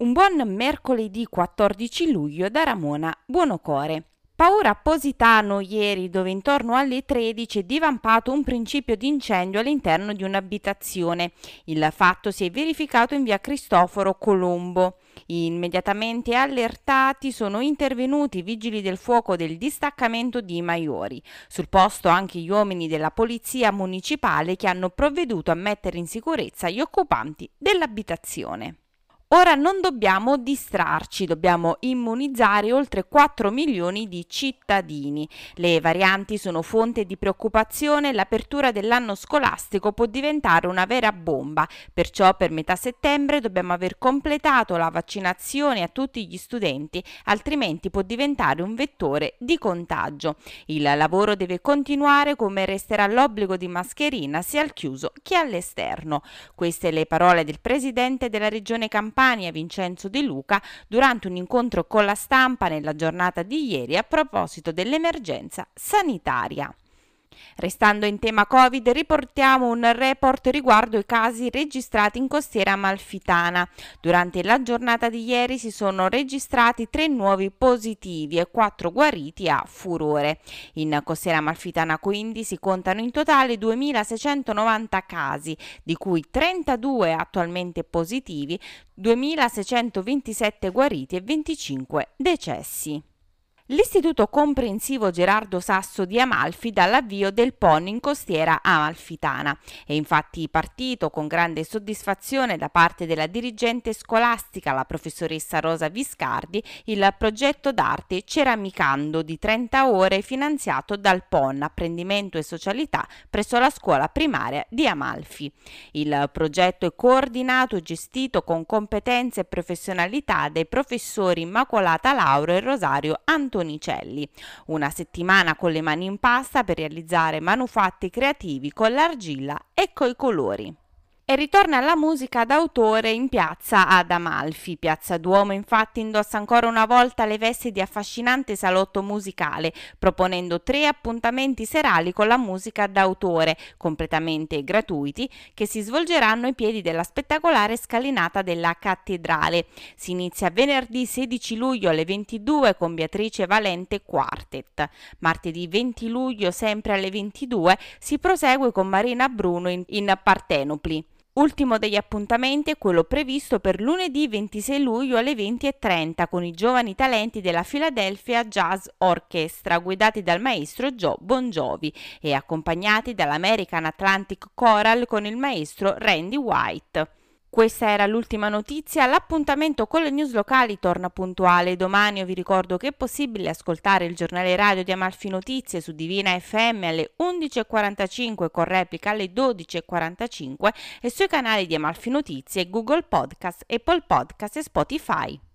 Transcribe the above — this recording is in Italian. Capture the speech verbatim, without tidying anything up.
Un buon mercoledì quattordici luglio da Ramona Buonocore. Paura a Positano ieri, dove intorno alle tredici è divampato un principio di incendio all'interno di un'abitazione. Il fatto si è verificato in via Cristoforo Colombo. Immediatamente allertati sono intervenuti i vigili del fuoco del distaccamento di Maiori. Sul posto anche gli uomini della polizia municipale che hanno provveduto a mettere in sicurezza gli occupanti dell'abitazione. Ora non dobbiamo distrarci, dobbiamo immunizzare oltre quattro milioni di cittadini. Le varianti sono fonte di preoccupazione e l'apertura dell'anno scolastico può diventare una vera bomba. Perciò per metà settembre dobbiamo aver completato la vaccinazione a tutti gli studenti, altrimenti può diventare un vettore di contagio. Il lavoro deve continuare, come resterà l'obbligo di mascherina sia al chiuso che all'esterno. Queste le parole del presidente della regione Campania, Vincenzo De Luca, durante un incontro con la stampa nella giornata di ieri a proposito dell'emergenza sanitaria. Restando in tema Covid, riportiamo un report riguardo i casi registrati in costiera amalfitana. Durante la giornata di ieri si sono registrati tre nuovi positivi e quattro guariti a Furore. In costiera amalfitana quindi si contano in totale duemilaseicentonovanta casi, di cui trentadue attualmente positivi, duemilaseicentoventisette guariti e venticinque decessi. L'Istituto Comprensivo Gerardo Sasso di Amalfi dà l'avvio del P O N in costiera amalfitana. È infatti partito con grande soddisfazione da parte della dirigente scolastica, la professoressa Rosa Viscardi, il progetto d'arte Ceramicando di trenta ore finanziato dal P O N, Apprendimento e Socialità, presso la scuola primaria di Amalfi. Il progetto è coordinato e gestito con competenze e professionalità dai professori Immacolata Lauro e Rosario Antonicelli. Una settimana con le mani in pasta per realizzare manufatti creativi con l'argilla e coi colori. E ritorna la musica d'autore in piazza ad Amalfi. Piazza Duomo infatti indossa ancora una volta le vesti di affascinante salotto musicale, proponendo tre appuntamenti serali con la musica d'autore, completamente gratuiti, che si svolgeranno ai piedi della spettacolare scalinata della cattedrale. Si inizia venerdì sedici luglio alle ventidue con Beatrice Valente Quartet. Martedì venti luglio, sempre alle ventidue, si prosegue con Marina Bruno in, in Partenopli. Ultimo degli appuntamenti è quello previsto per lunedì ventisei luglio alle venti e trenta con i giovani talenti della Philadelphia Jazz Orchestra, guidati dal maestro Joe Bongiovi e accompagnati dall'American Atlantic Choral con il maestro Randy White. Questa era l'ultima notizia. L'appuntamento con le news locali torna puntuale domani. Io vi ricordo che è possibile ascoltare il giornale radio di Amalfi Notizie su Divina F M alle undici e quarantacinque con replica alle dodici e quarantacinque e sui canali di Amalfi Notizie, Google Podcast, Apple Podcast e Spotify.